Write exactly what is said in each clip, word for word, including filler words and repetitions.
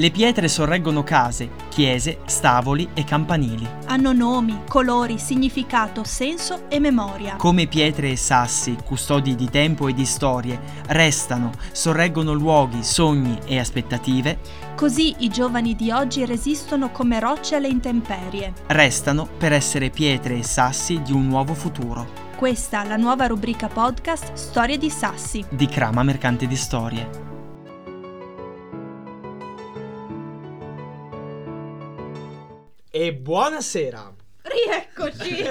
Le pietre sorreggono case, chiese, stavoli e campanili. Hanno nomi, colori, significato, senso e memoria. Come pietre e sassi, custodi di tempo e di storie, restano, sorreggono luoghi, sogni e aspettative. Così i giovani di oggi resistono come rocce alle intemperie. Restano per essere pietre e sassi di un nuovo futuro. Questa la nuova rubrica podcast Storie di Sassi di Crama Mercante di Storie. E buonasera! Rieccoci!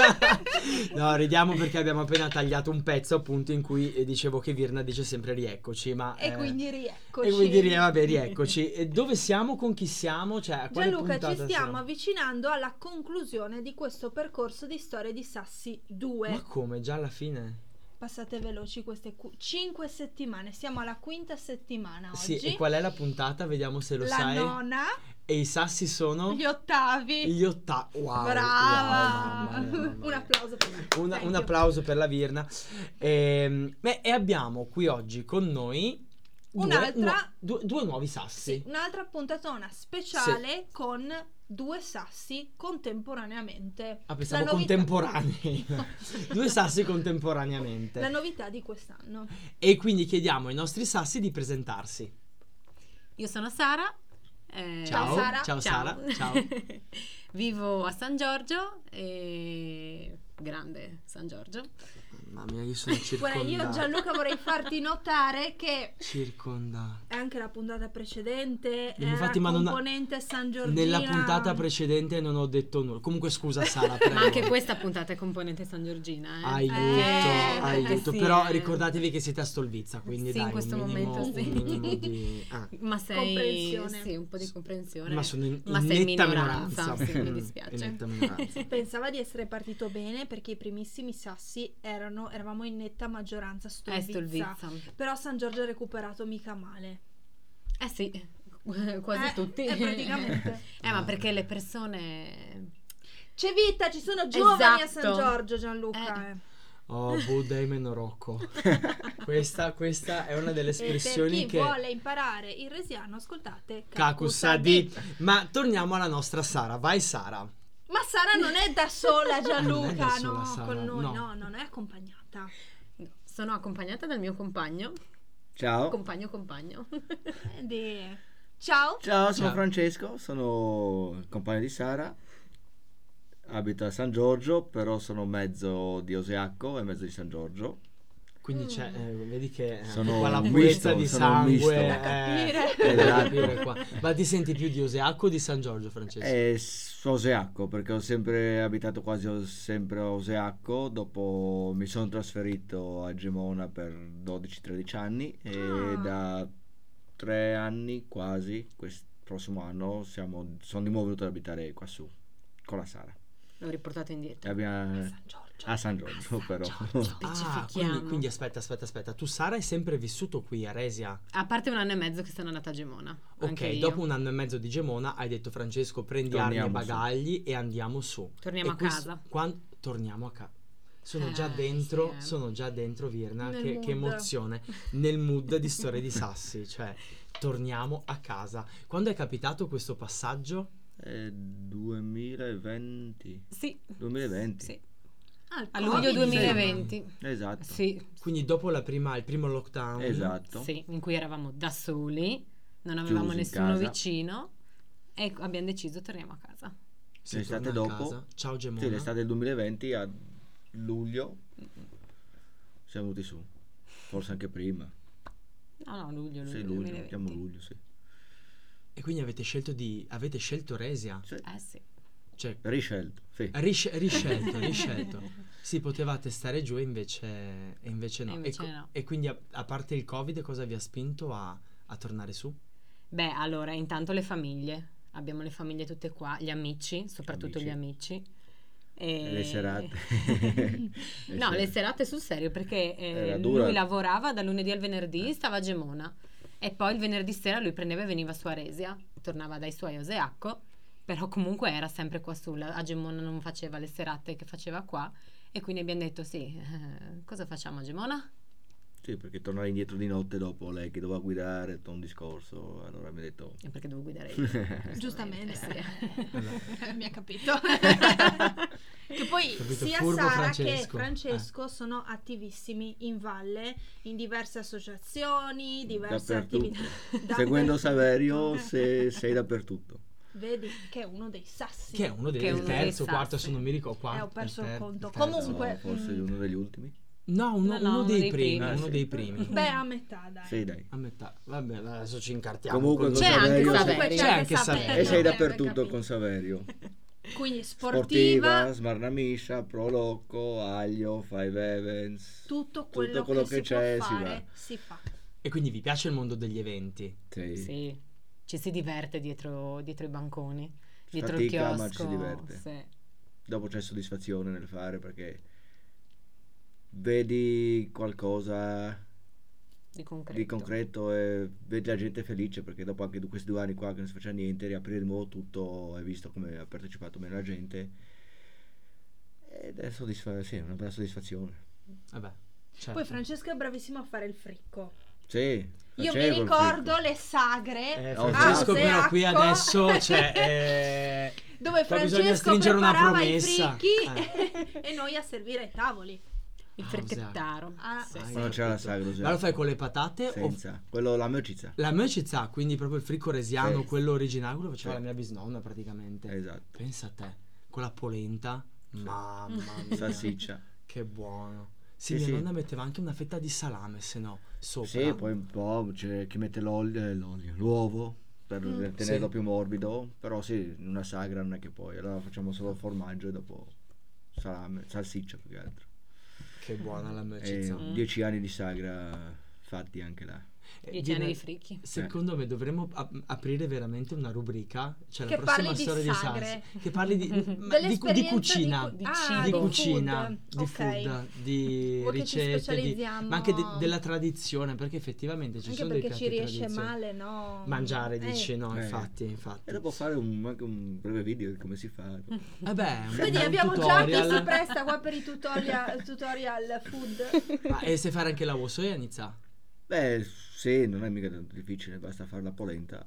No, ridiamo perché abbiamo appena tagliato un pezzo appunto in cui dicevo che Virna dice sempre rieccoci, ma E eh, quindi rieccoci. E quindi rie- vabbè, rieccoci. E dove siamo? Con chi siamo? Cioè, a quale Gianluca, ci puntata stiamo siamo? avvicinando alla conclusione di questo percorso di Storie di Sassi due. Ma come? Già alla fine? Passate veloci queste cu- cinque settimane, siamo alla quinta settimana oggi. Sì, e qual è la puntata? Vediamo se lo La sai. nona, E i sassi sono? gli ottavi. Gli ottavi. Wow, Brava! wow, mamma mia, mamma mia. Un applauso per me. Una- Thank un you. applauso per la Virna. Ehm, beh, e abbiamo qui oggi con noi due, Un'altra- nuo- due, due nuovi sassi. Sì, un'altra puntatona speciale con due sassi contemporaneamente. Ah, pensavo La novità- contemporanei. Due sassi contemporaneamente. La novità di quest'anno. E quindi chiediamo ai nostri sassi di presentarsi. Io sono Sara. eh, Ciao, Sara. ciao Sara, ciao. Vivo a San Giorgio e grande San Giorgio. Mamma mia, io sono Guarda, circondato. io Gianluca vorrei farti notare che Circondato. anche la puntata precedente E era infatti, ma non ha- componente San Giorgina. Nella puntata precedente non ho detto nulla. Comunque scusa Sara, prego. Ma anche questa puntata è componente San Giorgina. Eh? Aiuto, Eh, aiuto. sì, Però eh. ricordatevi che siete a Stolvizza, quindi Sì, dai, in questo un minimo, momento sì. un minimo di... ah. Ma sei Comprensione. sì, un po' di comprensione. Ma sono in, Ma in sei netta minoranza, minoranza. sì, mi In dispiace. netta minoranza. Pensava di essere partito bene perché i primissimi sassi erano eravamo in netta maggioranza È Stolvizza. Stolvizza. Però San Giorgio ha recuperato mica male. Eh sì, quasi Eh, tutti. eh, praticamente. Eh, ma perché le persone... C'è vita, ci sono giovani a San Esatto. Giorgio, Gianluca. Eh. eh. Oh, Buddha e Menorocco. questa, questa è una delle E per espressioni chi che... vuole imparare il resiano, ascoltate Kakusadi. Ma torniamo alla nostra Sara. Vai Sara. Ma Sara non è da sola, Non è da Gianluca, sola, no, Sara, con noi, no. no, non è accompagnata. Sono accompagnata dal mio compagno. Ciao. Compagno, compagno. Ed è- Ciao. Ciao, sono Ciao. Francesco, sono il compagno di Sara, abito a San Giorgio, però sono mezzo di Oseacco e mezzo di San Giorgio. Quindi c'è, eh, vedi che eh, Sono qua la un purezza misto, di sono un sangue misto. eh, Da capire. è da Esatto. capire qua. Ma ti senti più di Oseacco o di San Giorgio, Francesco? E s- Oseacco, perché ho sempre abitato quasi o- sempre a Oseacco, dopo mi sono trasferito a Gemona per dodici tredici anni e Ah. da tre anni quasi, questo prossimo anno, siamo, sono di nuovo venuto ad abitare qua su, con la Sara. L'ho riportato E indietro. abbiamo- San Giorgio. a San Giorgio però. Ah, specifichiamo. quindi, quindi aspetta, aspetta, aspetta. Tu Sara hai sempre vissuto qui a Resia. A parte un anno e mezzo che sono andata a Gemona. anche Ok, io. dopo un anno e mezzo di Gemona hai detto Francesco prendi armi e Torniamo su. bagagli e andiamo su. Torniamo E a questo- casa. quan- torniamo a casa. Sono Eh, già dentro, sì, eh. sono già dentro Virna, Nel che, che mood. emozione, nel mood di Storie di Sassi, cioè torniamo a casa. Quando è capitato questo passaggio? È duemilaventi. Sì. duemilaventi. Sì. Ah, il A Covid. luglio duemilaventi. Esatto. Sì. Quindi dopo la prima, il primo lockdown. Esatto. Sì, in cui eravamo da soli, non avevamo Chiusi in nessuno casa. vicino e abbiamo deciso torniamo a casa. Si L'estate torna a dopo. casa. Ciao Gemona. Sì, l'estate del duemilaventi a luglio siamo venuti su. Forse anche prima. No, no, luglio, luglio Sì, luglio, duemilaventi. chiamo luglio, sì. E quindi avete scelto di avete scelto Resia? Sì. Eh sì. Cioè Riscelto, sì. Risce- riscelto, riscelto. Sì, potevate stare giù e invece, e invece no. E invece e, co- no. e quindi a, a parte il Covid cosa vi ha spinto a, a tornare su? Beh, allora, intanto le famiglie. Abbiamo le famiglie tutte qua, gli amici, soprattutto Amici. gli amici. E... Le serate. No, le serate sul serio perché eh, Era dura. lui lavorava da lunedì al venerdì, stava a Gemona e poi il venerdì sera lui prendeva e veniva su a Resia, tornava dai suoi a Oseacco, però comunque era sempre qua su, a Gemona non faceva le serate che faceva qua e quindi abbiamo detto sì, eh, cosa facciamo a Gemona? Sì, perché tornare indietro di notte dopo lei che doveva guidare, tutto un discorso, allora mi ha detto... E perché devo guidare io? Giustamente, Eh, sì. Eh, mi ha capito. Che poi Capito, sia furbo Sara Francesco. che Francesco sono attivissimi in valle, in diverse associazioni, diverse Dappertutto. attività. Seguendo Dappertutto. Saverio se- sei dappertutto. Vedi che è uno dei sassi. Che è uno dei Che è il uno dei terzo, sassi. quarto, se non mi ricordo. Eh, quarto, ho perso il ter- conto. terzo. Comunque- No, forse mm. uno degli ultimi. No, uno, No, no, uno uno dei dei primi, primi. uno Ah, dei sì. primi. Beh, a metà, dai. Sei dai. A metà. Vabbè, adesso ci incartiamo. Comunque con con C'è anche Saverio Saverio. sei- C'è anche Saverio. e sei Eh, dappertutto capito. con Saverio. Quindi Sportiva, sportiva, Smarnamiscia, Prolocco, Aglio, Five Events. tutto quello, tutto quello che, che si c'è può si fare, va. si fa. E quindi vi piace il mondo degli eventi? Sì. Sì, ci si diverte dietro, dietro i banconi, dietro Fatica, il chiosco. ma ci si diverte. Sì. Dopo c'è soddisfazione nel fare perché vedi qualcosa Di concreto. di concreto e vedi la gente felice, perché dopo anche du- questi due anni qua che non si faceva niente, riaprire di nuovo tutto, hai visto come ha partecipato meno la gente ed è soddisfa- sì, una bella soddisfazione. Vabbè, certo. Poi Francesco è bravissimo a fare il fricco. Sì, Io mi facevo il ricordo fricco. le sagre Eh, Oh, Francesco a però qui Oseacco, adesso c'è... eh, dove qua bisogna Francesco stringere una preparava i promessa. fricchi e noi a servire ai tavoli. Il Ah, fricchettaro. Ah, Sì, Ah, sì. Quando c'era la sagra Ma lo fai con le patate o senza quello la meucizza. la meucizza, quindi proprio il fricco resiano, Sì. quello originale, quello faceva Sì. la mia bisnonna praticamente. Esatto. Pensa a te, con la polenta, mamma mia, Salsiccia. che buono. Sì, Sì, mia sì. nonna metteva anche una fetta di salame, se no, sopra. Sì, poi un po' c'è chi mette l'olio, eh, l'olio, l'uovo per Mm. tenerlo Sì. più morbido, però sì, in una sagra non è che poi, allora facciamo solo formaggio e dopo salame, salsiccia più che altro. Che buona la E meucizza. Mm. dieci anni di sagra fatti anche là. Eh, Dieci viene- anni di fricchi. Secondo me dovremmo ap- aprire veramente una rubrica, cioè Che la prossima parli di storia di sagre. Sassi, che parli di, ma di, di Dell'esperienza cucina, di, di cu- ah, cibo. di di cucina, food. di Ok. food, di Vuoi che ci ricette, di- specializziamo? ma anche de- della tradizione, perché effettivamente ci Anche sono dei perché piatti ci riesce tradizionali. male, no? Mangiare, Eh, dici, no, Eh. infatti, infatti. E dopo fare un, anche un breve video di come si fa. Vabbè, un, Vedi, un abbiamo già chi si tutorial. presta qua per i tutorial, tutorial food. Ma e sai fare anche la uosoia, Nizza? Beh, sì, non è mica tanto difficile, basta fare la polenta.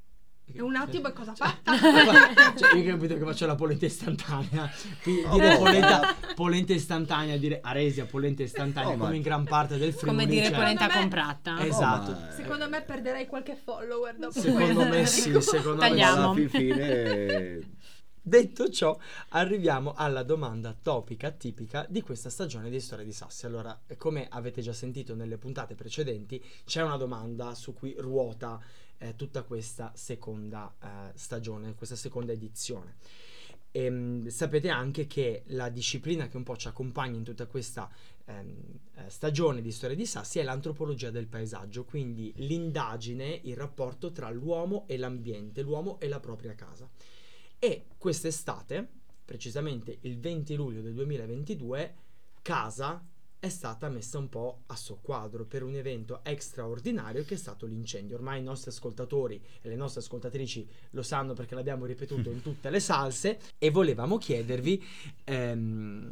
E un attimo e cosa fatta? Cioè, io capito che faccio la polenta istantanea. Quindi Oh, dire no. polenta, polenta istantanea, dire aresia, polenta istantanea, Oh, ma- come in gran parte del Friuli. Come dire cioè, polenta Secondo me- comprata. Esatto. Oh, ma- Secondo me perderei qualche follower dopo Secondo questo. me sì, secondo me Ma Tagliamo. alla fin fine Detto ciò, arriviamo alla domanda topica tipica di questa stagione di Storia di Sassi. Allora, come avete già sentito nelle puntate precedenti, c'è una domanda su cui ruota eh, tutta questa seconda eh, stagione, questa seconda edizione. Ehm, sapete anche che la disciplina che un po' ci accompagna in tutta questa ehm, eh, stagione di Storia di Sassi è l'antropologia del paesaggio, quindi l'indagine, il rapporto tra l'uomo e l'ambiente, l'uomo e la propria casa. E quest'estate, precisamente il venti luglio del duemilaventidue, casa è stata messa un po' a soqquadro per un evento straordinario che è stato l'incendio. Ormai i nostri ascoltatori e le nostre ascoltatrici lo sanno perché l'abbiamo ripetuto in tutte le salse, e volevamo chiedervi ehm,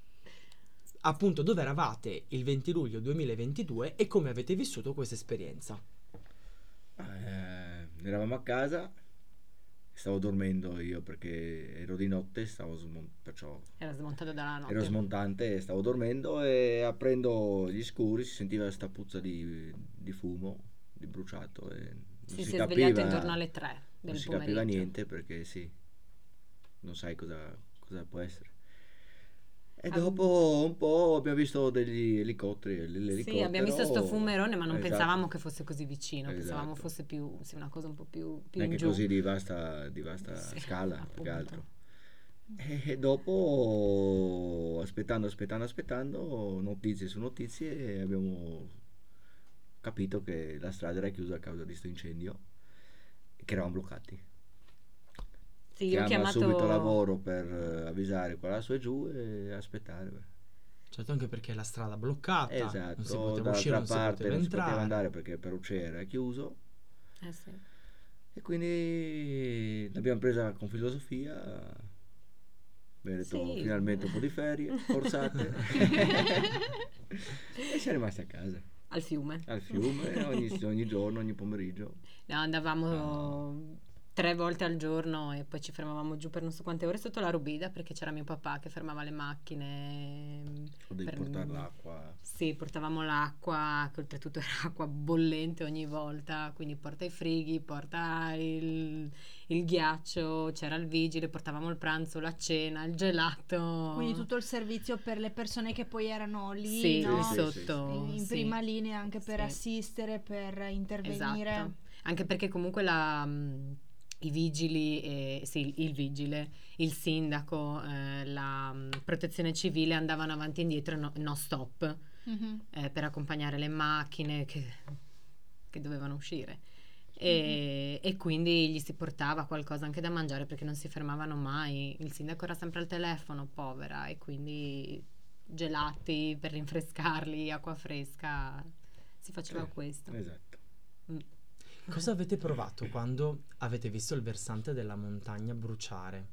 appunto dove eravate il venti luglio duemilaventidue e come avete vissuto questa esperienza. eh, eravamo a casa, stavo dormendo io perché ero di notte, stavo smon- perciò Era smontato dalla notte. ero smontante, stavo dormendo e aprendo gli scuri si sentiva questa puzza di, di fumo, di bruciato e non Sì, si, si è capiva, svegliato intorno alle tre del non si pomeriggio. capiva niente perché sì, non sai cosa, cosa può essere. E Ah. dopo un po' abbiamo visto degli elicotteri, l'elicottero. Sì, abbiamo visto sto fumerone, ma non Esatto. pensavamo che fosse così vicino. Esatto. Pensavamo fosse più sì, una cosa un po' più, più in Neanche giù. così di vasta, di vasta Sì, scala, più che appunto. altro. E dopo, aspettando, aspettando, aspettando, notizie su notizie, abbiamo capito che la strada era chiusa a causa di questo incendio e che eravamo bloccati. Sì, io ho Chiama chiamato subito lavoro per eh, avvisare qua su e giù e aspettare. Certo, anche perché la strada bloccata, Esatto, non si poteva uscire, dall'altra non si parte poteva non si poteva entrare. andare perché per Ucera è chiuso. Eh sì. E quindi l'abbiamo presa con filosofia, abbiamo detto Sì. finalmente un po' di ferie, forzate, e siamo rimasti a casa. al fiume. al fiume ogni, ogni giorno, ogni pomeriggio. No, andavamo tre volte al giorno e poi ci fermavamo giù per non so quante ore sotto la Rubida, perché c'era mio papà che fermava le macchine. O devi per- portare l'acqua. Sì, portavamo l'acqua, che oltretutto era acqua bollente ogni volta, quindi porta i frighi, porta il, il ghiaccio, c'era il vigile, portavamo il pranzo, la cena, il gelato. Quindi tutto il servizio per le persone che poi erano lì, Sì, no? lì Sì, sì, sotto. in, in sì. prima linea anche per Sì. assistere, per intervenire. Esatto. Anche perché comunque la, mh, i vigili, eh, sì, il vigile, il sindaco, eh, la mh, protezione civile andavano avanti e indietro no, no stop Mhm. eh, per accompagnare le macchine che, che dovevano uscire. E, e quindi gli si portava qualcosa anche da mangiare perché non si fermavano mai. Il sindaco era sempre al telefono, povera, e quindi gelati per rinfrescarli, acqua fresca, si faceva Sì, questo. Esatto. Mm. Cosa avete provato quando avete visto il versante della montagna bruciare?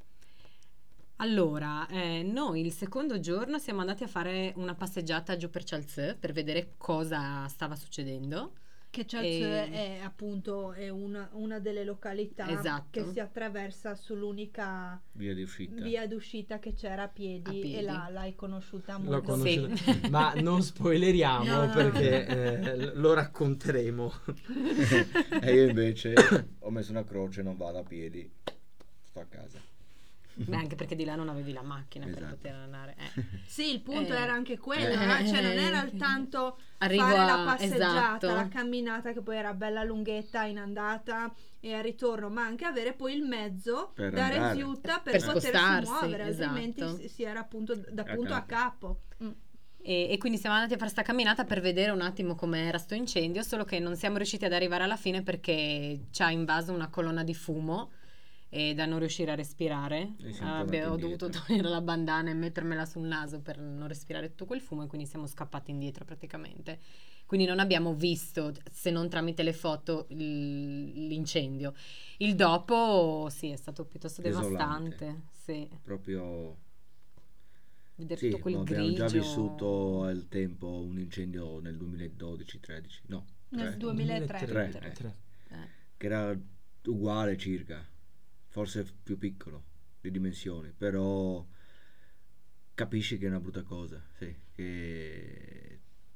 Allora, eh, noi il secondo giorno siamo andati a fare una passeggiata giù per Cialzè per vedere cosa stava succedendo. Che Chaz E- è appunto è una, una delle località Esatto. che si attraversa sull'unica Via di uscita. via d'uscita che c'era a piedi, A piedi. e là l'hai conosciuta molto. L'ho conosciuto, Sì. ma non spoileriamo No, no, no. perché eh, l- lo racconteremo. E io invece ho messo una croce, non vado a piedi, sto a casa. Beh, anche perché di là non avevi la macchina per Esatto. poter andare. eh. Sì, il punto Eh. era anche quello, Eh. no? Cioè non era il tanto Arrivo fare la a- passeggiata, esatto. la camminata che poi era bella lunghetta in andata e al ritorno, ma anche avere poi il mezzo Per da andare. rifiuta per, Per potersi spostarsi, muovere, altrimenti esatto. si, si era appunto da A punto a capo. Mm. E, e quindi siamo andati a fare sta camminata per vedere un attimo com'era sto incendio, solo che non siamo riusciti ad arrivare alla fine perché ci ha invaso una colonna di fumo e da non riuscire a respirare E siamo Abbiamo- ho tornati dovuto indietro. togliere la bandana e mettermela sul naso per non respirare tutto quel fumo, e quindi siamo scappati indietro praticamente. Quindi non abbiamo visto, se non tramite le foto, il- l'incendio. Il dopo sì, è stato piuttosto Desolante. devastante, sì. Proprio Vedere sì, tutto quel ma abbiamo grigio. già vissuto al tempo un incendio nel duemiladodici tredici, no, Nel tre, duemilatré. Tre, Tre, eh. tre. Eh. che era uguale circa, forse più piccolo di dimensioni, però capisci che è una brutta cosa, sì, che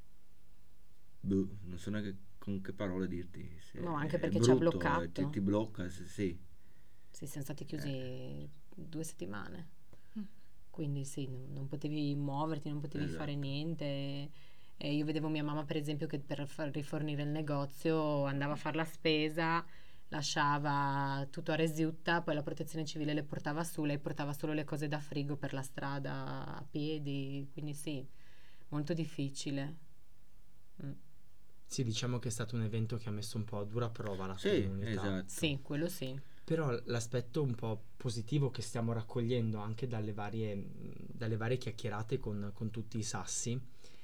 boh, non so neanche con che parole dirti. Se No, anche è perché ci ha brutto, bloccato. eh, Ti, ti blocca, sì, sì. Sì, siamo stati chiusi due settimane. Mm. Quindi sì, non, non potevi muoverti, non potevi Esatto. fare niente. E io vedevo mia mamma, per esempio, che per far rifornire il negozio andava a fare la spesa, lasciava tutto a Resiutta, poi la protezione civile le portava su, lei portava solo le cose da frigo per la strada a piedi, quindi sì, molto difficile. Mm. Sì, diciamo che è stato un evento che ha messo un po' a dura prova la Sì, comunità. esatto. Sì, quello sì. Però l'aspetto un po' positivo che stiamo raccogliendo anche dalle varie, dalle varie chiacchierate con, con tutti i sassi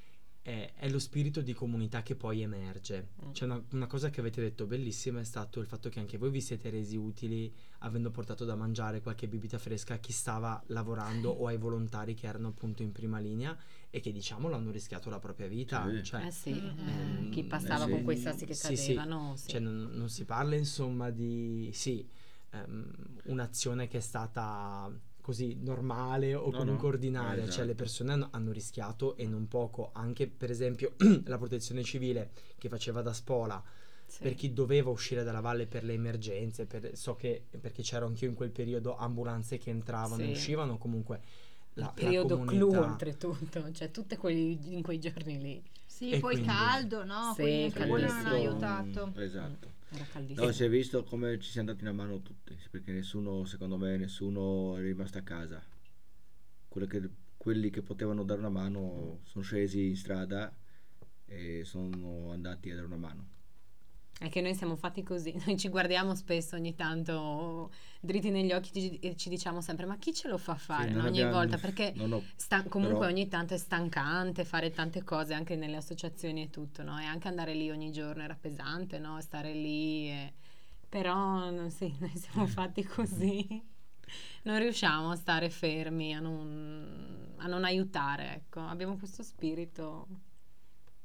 è, è lo spirito di comunità che poi emerge. Mm. C'è una, una cosa che avete detto bellissima, è stato il fatto che anche voi vi siete resi utili avendo portato da mangiare qualche bibita fresca a chi stava lavorando o ai volontari che erano appunto in prima linea e che diciamolo hanno rischiato la propria vita. Sì. Cioè, Eh sì, Mm. eh, chi Ehm, passava eh sì. con quei sassi che Sì, sì. cadevano, sì. Cioè, non, non si parla insomma di sì, ehm, un'azione che è stata così normale o No, comunque no, ordinaria, cioè le esatto. persone hanno, hanno rischiato e non poco, anche per esempio la protezione civile che faceva da spola Sì. per chi doveva uscire dalla valle per le emergenze, per- so che perché c'ero anch'io in quel periodo, ambulanze che entravano e Sì. uscivano, comunque la, Il la periodo clou comunità. oltretutto, cioè tutte quelli, in quei giorni lì Sì, E poi quindi- caldo, no? Sì, Quindi anche quello non ha caldissimo. aiutato. Esatto. era caldissimo. No, si è visto come ci siamo dati una mano tutti, perché nessuno, secondo me, nessuno è rimasto a casa. Quelli che, quelli che potevano dare una mano sono scesi in strada e sono andati a dare una mano. È che noi siamo fatti così, noi ci guardiamo spesso ogni tanto dritti negli occhi ci- e ci diciamo sempre ma chi ce lo fa fare, Sì, no? non ogni abbiamo- volta, perché non ho- sta- comunque però- ogni tanto è stancante fare tante cose anche nelle associazioni e tutto, no? E anche andare lì ogni giorno era pesante, no? Stare lì e... però no, sì, noi siamo fatti così, non riusciamo a stare fermi, a non, a non aiutare, ecco, abbiamo questo spirito.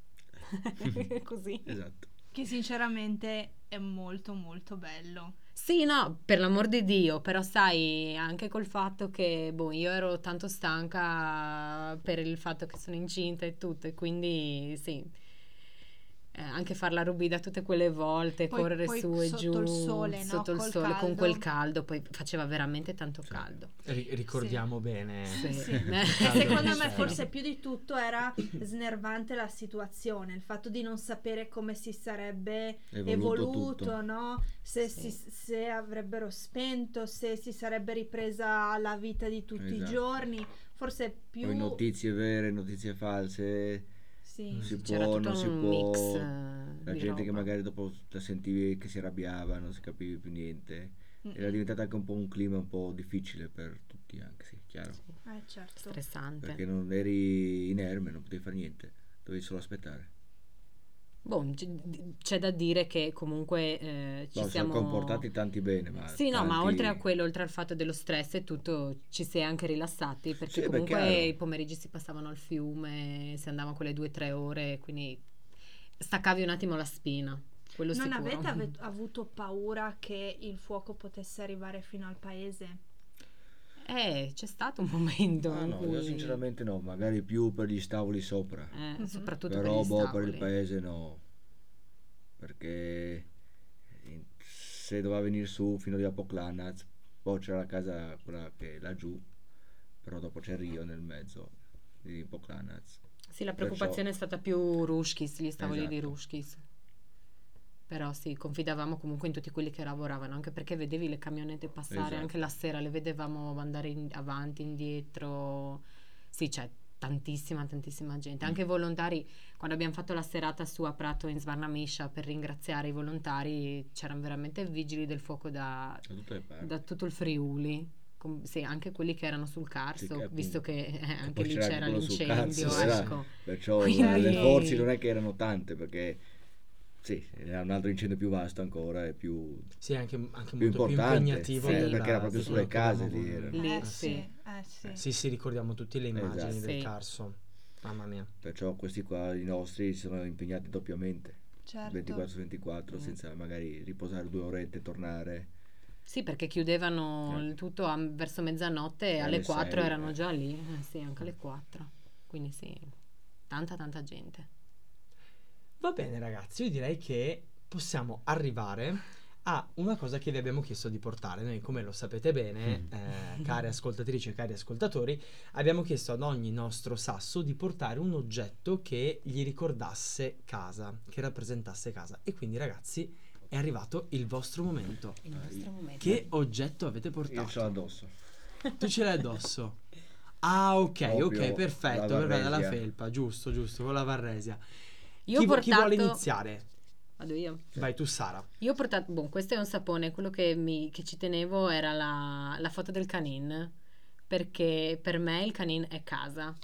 Così. Esatto. Che sinceramente è molto molto bello. Sì, no, per l'amor di Dio, però sai, anche col fatto che, boh, io ero tanto stanca per il fatto che sono incinta e tutto, e quindi sì, eh, anche far la rubida tutte quelle volte, Poi- correre poi su e sotto giù, il sole, no? sotto il Col sole, con caldo. quel caldo, poi faceva veramente tanto Sì. caldo. Ri- ricordiamo bene. Sì. Sì. Eh, E caldo secondo che me c'era. forse più di tutto era snervante la situazione, il fatto di non sapere come si sarebbe Evoluto evoluto, tutto. no? Se, Sì. si- se avrebbero spento, se si sarebbe ripresa la vita di tutti i Esatto. giorni, forse più... Poi notizie vere, notizie false, Sì. si C'era può, tutto non si un può. mix, eh, La di gente che roba. magari dopo la sentivi che si arrabbiava, non si capiva più niente. Era Mm-mm. diventato anche un po' un clima un po' difficile per tutti, anche sì, chiaro. Sì, Eh, certo. stressante. Perché non eri inerme, non potevi fare niente, dovevi solo aspettare. Boh, c- c'è da dire che comunque eh, ci No, siamo siamo comportati tanti bene, ma Sì, no, ma tanti- oltre a quello, oltre al fatto dello stress e tutto, ci si è anche rilassati perché Sì, beh, comunque chiaro. i pomeriggi si passavano al fiume, si andava quelle due o tre ore, quindi staccavi un attimo la spina, quello Non sicuro. avete ave- avuto paura che il fuoco potesse arrivare fino al paese? Eh, c'è stato un momento Ah, in no, cui... io sinceramente no, magari più per gli stavoli sopra. eh, Mhm. soprattutto per Però gli boh, per il stavoli. paese no, perché in- se doveva venire su fino di Apoclanaz, poi c'era la casa quella che è laggiù, però dopo c'è Rio nel mezzo di Apoclanaz. Sì, la Perciò- preoccupazione è stata più Rushkis, gli stavoli di Esatto. Rushkis. Però sì, confidavamo comunque in tutti quelli che lavoravano, anche perché vedevi le camionette passare, Esatto. anche la sera le vedevamo andare in- avanti, indietro. Sì, c'è tantissima, tantissima gente. Anche Mm. volontari, quando abbiamo fatto la serata su a Prato in Svarnamiscia per ringraziare i volontari, c'erano veramente vigili del fuoco da, Da tutte le parti. da tutto il Friuli. Com- sì, anche quelli che erano sul Carso, Sì, che visto appunto. che eh, anche Poi lì c'era anche c'era quello sul l'incendio, cazzo, era- ecco. perciò Quindi- le forze non è che erano tante, perché sì, era un altro incendio più vasto ancora e più... Sì, anche, anche Più molto più importante, impegnativo sì, della- perché era proprio di sulle quello che case avevamo lì, voluto. era. Lì, Eh sì. sì, eh sì. Sì, sì, ricordiamo tutte le immagini Esatto. del Sì. Carso. Mamma mia. Perciò questi qua, i nostri, si sono impegnati doppiamente, Certo. ventiquattro su ventiquattro, Mm. senza magari riposare due orette e tornare. Sì, perché chiudevano Eh. il tutto a- verso mezzanotte e E alle alle quattro sei, erano eh. già lì. Eh, sì, anche alle quattro. Quindi sì, tanta tanta gente. Va bene ragazzi, io direi che possiamo arrivare a una cosa che vi abbiamo chiesto di portare. Noi, come lo sapete bene, eh, care ascoltatrici e cari ascoltatori, abbiamo chiesto ad ogni nostro sasso di portare un oggetto che gli ricordasse casa, che rappresentasse casa. E quindi ragazzi, è arrivato il vostro momento. Il Ah, nostro io- momento. Che oggetto avete Io ce l'ho portato? addosso. Tu ce l'hai addosso? Ah, ok, Proprio ok, perfetto, la perfetto, la Varresia. felpa, giusto, giusto, con la Varresia. Io chi, ho vu- chi vuole portato- iniziare? Vado io. Vai tu, Sara. Io ho portato, boh, questo è un sapone, quello che, mi, che ci tenevo era la, la foto del canin, perché per me il canin è casa.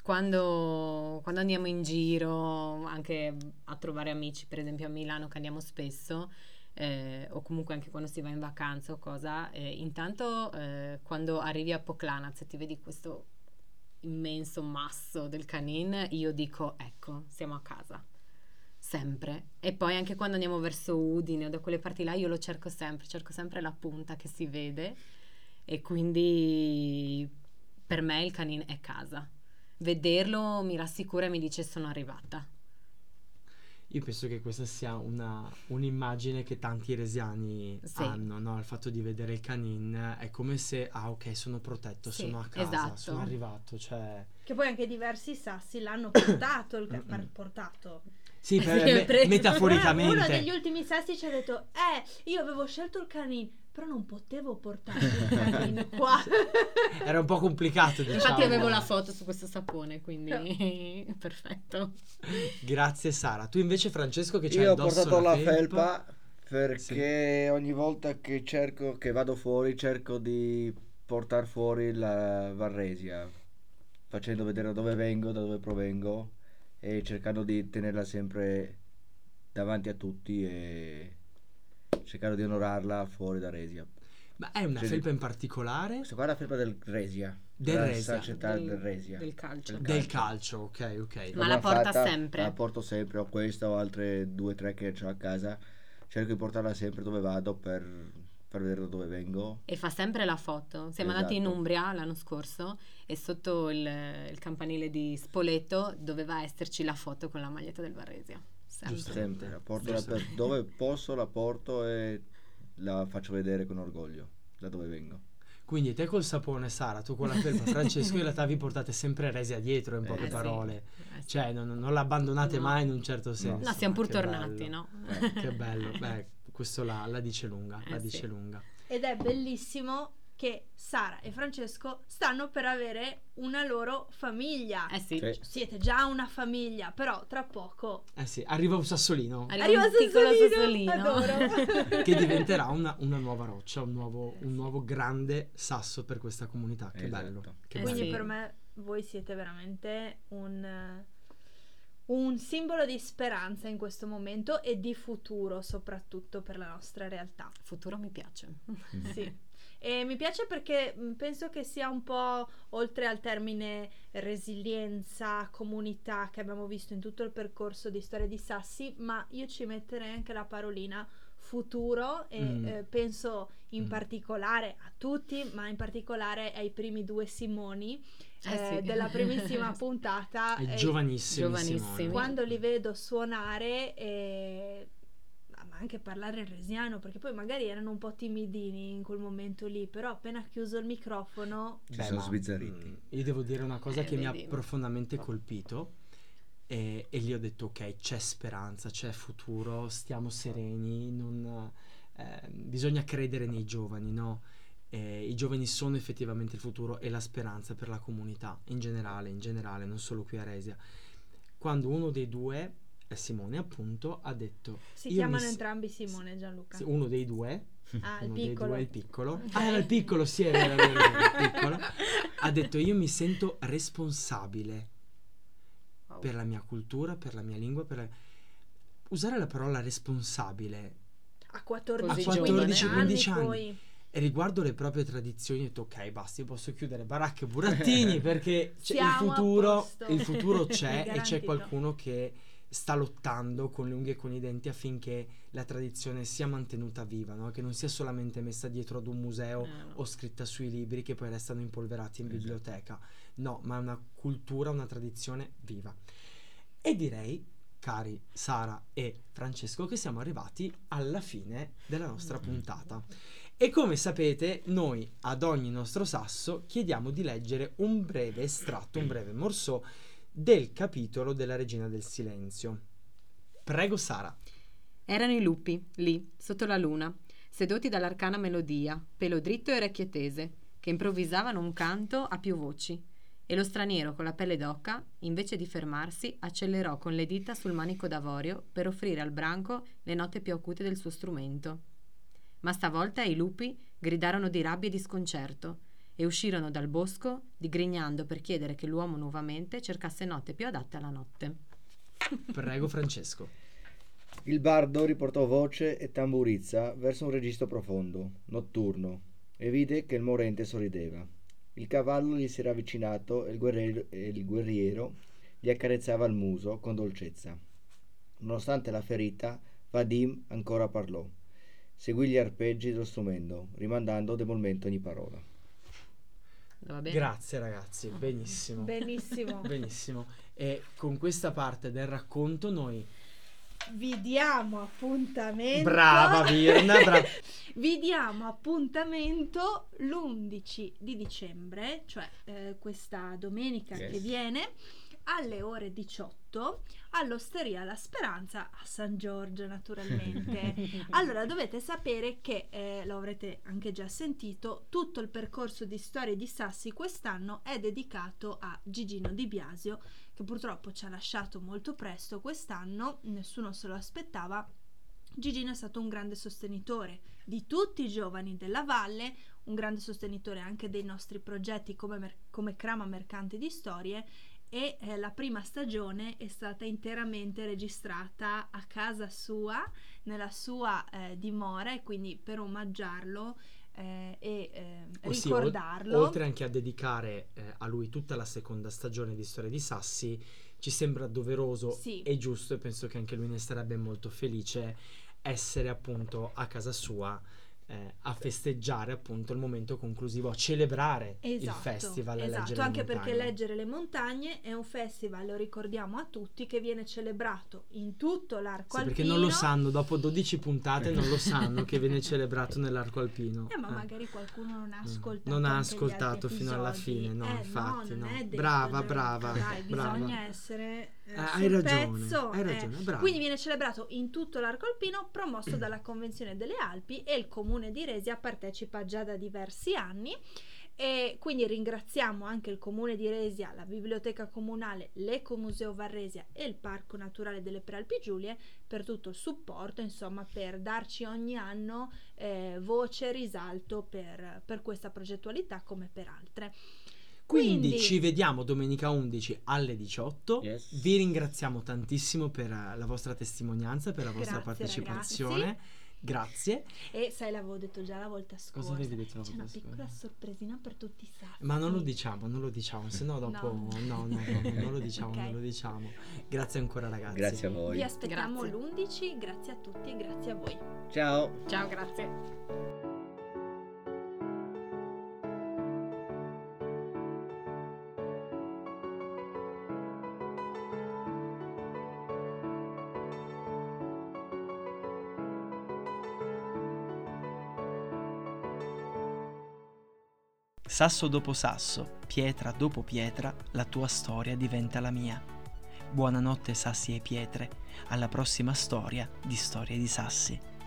Quando, quando andiamo in giro, anche a trovare amici, per esempio a Milano che andiamo spesso, eh, o comunque anche quando si va in vacanza o cosa, eh, intanto eh, quando arrivi a Poclanaz e ti vedi questo immenso masso del canin, io dico ecco, siamo a casa. Sempre. E poi anche quando andiamo verso Udine o da quelle parti là, io lo cerco sempre, cerco sempre la punta che si vede e quindi per me il canin è casa. Vederlo mi rassicura e mi dice sono arrivata. Io penso che questa sia una, un'immagine che tanti eresiani Sì. hanno, no? Il fatto di vedere il canin è come se, ah ok, sono protetto, Sì, sono a casa, esatto. sono arrivato, cè... Che poi anche diversi sassi l'hanno portato, il ca- mar- portato. Sì, per- Sì, me- preso. metaforicamente. Uno degli ultimi sassi ci ha detto, eh, io avevo scelto il canin, però non potevo portare il canin qua. Era un po' complicato, diciamo. Infatti avevo la foto su questo sapone, quindi perfetto. Grazie Sara. Tu invece Francesco che c'hai Io ho addosso portato la felpa. felpa perché ogni volta che cerco, che vado fuori, cerco di portare fuori la Varresia, facendo vedere da dove vengo, da dove provengo e cercando di tenerla sempre davanti a tutti e cercando di onorarla fuori da Resia. Ma è una Cioè, felpa in particolare? Questa qua è la felpa del Resia. Del la Resia. società Del- del Resia. del calcio. Del Del calcio, ok, ok. Ma L'abbiamo la porta fatta, sempre? La porto sempre, ho questa o altre due o tre che ho a casa. Cerco di portarla sempre dove vado per, per vedere da dove vengo. E fa sempre la foto. Siamo andati in Esatto. Umbria l'anno scorso e sotto il, il campanile di Spoleto doveva esserci la foto con la maglietta del Varese. Sempre. Giusto. Sempre, la porto Giusto. da- dove posso, la porto e la faccio vedere con orgoglio da dove vengo. Quindi te col sapone, Sara, tu con la felpa, Francesco, in realtà vi portate sempre Resia dietro, in poche Eh sì. parole. Eh sì. Cioè, non, non la abbandonate No. mai in un certo senso. No, siamo Ma pur che tornati, bello. no? Eh. Che bello. Beh, questo la, la dice lunga, la Eh, dice sì. lunga. Ed è bellissimo che Sara e Francesco stanno per avere una loro famiglia. Eh sì. Sì. Siete già una famiglia, però tra poco Eh sì, arriva un sassolino Arriva, arriva un piccolo Sassolino, sassolino. adoro. che diventerà una, una nuova roccia, un nuovo, un nuovo grande sasso per questa comunità. Che Esatto. bello. Che Eh bello. Quindi sì. per me voi siete veramente un, eh, un simbolo di speranza in questo momento e di futuro, soprattutto per la nostra realtà. Futuro mi piace. Sì. E mi piace perché mh, penso che sia un po' oltre al termine resilienza, comunità che abbiamo visto in tutto il percorso di Storia di Sassi, ma io ci metterei anche la parolina futuro e Mm. eh, penso in Mm. particolare a tutti, ma in particolare ai primi due Simoni Eh eh, sì. della primissima puntata. È eh, giovanissimo. giovanissimi. Simone. quando li vedo suonare e ma anche parlare in resiano, perché poi magari erano un po' timidini in quel momento lì, però appena chiuso il microfono Ci sono ma, sbizzarriti. mm, io devo dire una cosa Eh, che mi vedi. ha profondamente colpito e, e lì ho detto ok, c'è speranza, c'è futuro, stiamo sereni, non, eh, bisogna credere nei giovani, no? Eh, i giovani sono effettivamente il futuro e la speranza per la comunità in generale, in generale, non solo qui a Resia. Quando uno dei due, eh, Simone appunto, ha detto si io chiamano mi s- entrambi Simone e Gianluca. sì, uno dei due, Ah, il uno dei piccolo. due, il piccolo. Ok. Ah, era il piccolo, sì, era, era, era, era il piccolo. Ha detto io mi sento responsabile Wow. per la mia cultura, per la mia lingua, per la- usare la parola responsabile A quattordici, Così quindici giovane. quindici anni, anni. poi e riguardo le proprie tradizioni ho detto ok, basta, io posso chiudere baracche e burattini perché c'è il Siamo a futuro, posto. il futuro c'è e c'è Garantito. qualcuno che sta lottando con le unghie e con i denti affinché la tradizione sia mantenuta viva, no? Che non sia solamente messa dietro ad un museo Eh, no. o scritta sui libri che poi restano impolverati in Esatto. biblioteca. No, ma è una cultura, una tradizione viva. E direi, cari Sara e Francesco, che siamo arrivati alla fine della nostra puntata. E come sapete, noi ad ogni nostro sasso chiediamo di leggere un breve estratto, un breve morceau del capitolo della Regina del Silenzio. Prego, Sara. Erano i lupi, lì, sotto la luna, sedotti dall'arcana melodia, pelo dritto e orecchie tese, che improvvisavano un canto a più voci. E lo straniero con la pelle d'oca, invece di fermarsi, accelerò con le dita sul manico d'avorio per offrire al branco le note più acute del suo strumento. Ma stavolta i lupi gridarono di rabbia e di sconcerto e uscirono dal bosco digrignando per chiedere che l'uomo nuovamente cercasse note più adatte alla notte. Prego, Francesco. Il bardo riportò voce e tamburizza verso un registro profondo, notturno, e vide che il morente sorrideva. Il cavallo gli si era avvicinato e il guerriero, e il guerriero gli accarezzava il muso con dolcezza. Nonostante la ferita, Vadim ancora parlò. Seguì gli arpeggi dello strumento, rimandando debolmente ogni parola. Va bene? Grazie ragazzi, benissimo. benissimo. Benissimo. E con questa parte del racconto noi... Vi diamo appuntamento. Brava Virna, brava. Vi diamo appuntamento l'undici di dicembre, cioè eh, questa domenica Yes. che viene, alle ore diciotto all'Osteria La Speranza a San Giorgio, naturalmente. Allora dovete sapere che, eh, lo avrete anche già sentito, tutto il percorso di Storie di Sassi quest'anno è dedicato a Gigino Di Biasio, che purtroppo ci ha lasciato molto presto quest'anno, nessuno se lo aspettava. Gigino è stato un grande sostenitore di tutti i giovani della valle, un grande sostenitore anche dei nostri progetti come, mer- come Crama Mercante di Storie, e eh, la prima stagione è stata interamente registrata a casa sua, nella sua eh, dimora, e quindi per omaggiarlo eh, e eh, Oh sì, ricordarlo. ol- oltre anche a dedicare eh, a lui tutta la seconda stagione di Storia di Sassi, ci sembra doveroso Sì. e giusto, e penso che anche lui ne sarebbe molto felice, essere appunto a casa sua eh, a festeggiare appunto il momento conclusivo, a celebrare il Esatto, festival esatto, Leggere anche le perché montagne. Leggere le montagne è un festival, lo ricordiamo a tutti, che viene celebrato in tutto l'arco Sì, alpino. perché non lo sanno, dopo dodici puntate non lo sanno che viene celebrato nell'arco alpino. Eh, ma Eh. magari qualcuno non ha Mm. ascoltato Non ha anche gli ascoltato altri fino alla episodi. fine, no, Eh, infatti, non no. è detto, Brava, cioè, brava, dai, brava. bisogna essere eh, Eh, sul hai ragione, pezzo, hai eh. ragione, brava. Quindi viene celebrato in tutto l'arco alpino, promosso dalla Convenzione delle Alpi, e il comune di Resia partecipa già da diversi anni. E quindi ringraziamo anche il comune di Resia, la biblioteca comunale, l'Ecomuseo Varresia e il Parco Naturale delle Prealpi Giulie per tutto il supporto, insomma, per darci ogni anno eh, voce e risalto per, per questa progettualità come per altre. Quindi, Quindi- ci vediamo domenica undici alle diciotto. Yes. Vi ringraziamo tantissimo per eh, la vostra testimonianza, per la vostra Grazie, partecipazione. Grazie. E sai, l'avevo detto già la volta scorsa. Cosa avevi detto la C'è volta una scorsa? piccola sorpresina per tutti i sassi. Ma non lo diciamo, non lo diciamo, se no dopo No. no, no, no, no, non lo diciamo, Ok. non lo diciamo. Grazie ancora ragazzi. Grazie a voi. Vi aspettiamo Grazie. l'undici, grazie a tutti e grazie a voi. Ciao. Ciao, grazie. Sasso dopo sasso, pietra dopo pietra, la tua storia diventa la mia. Buonanotte sassi e pietre, alla prossima storia di Storie di Sassi.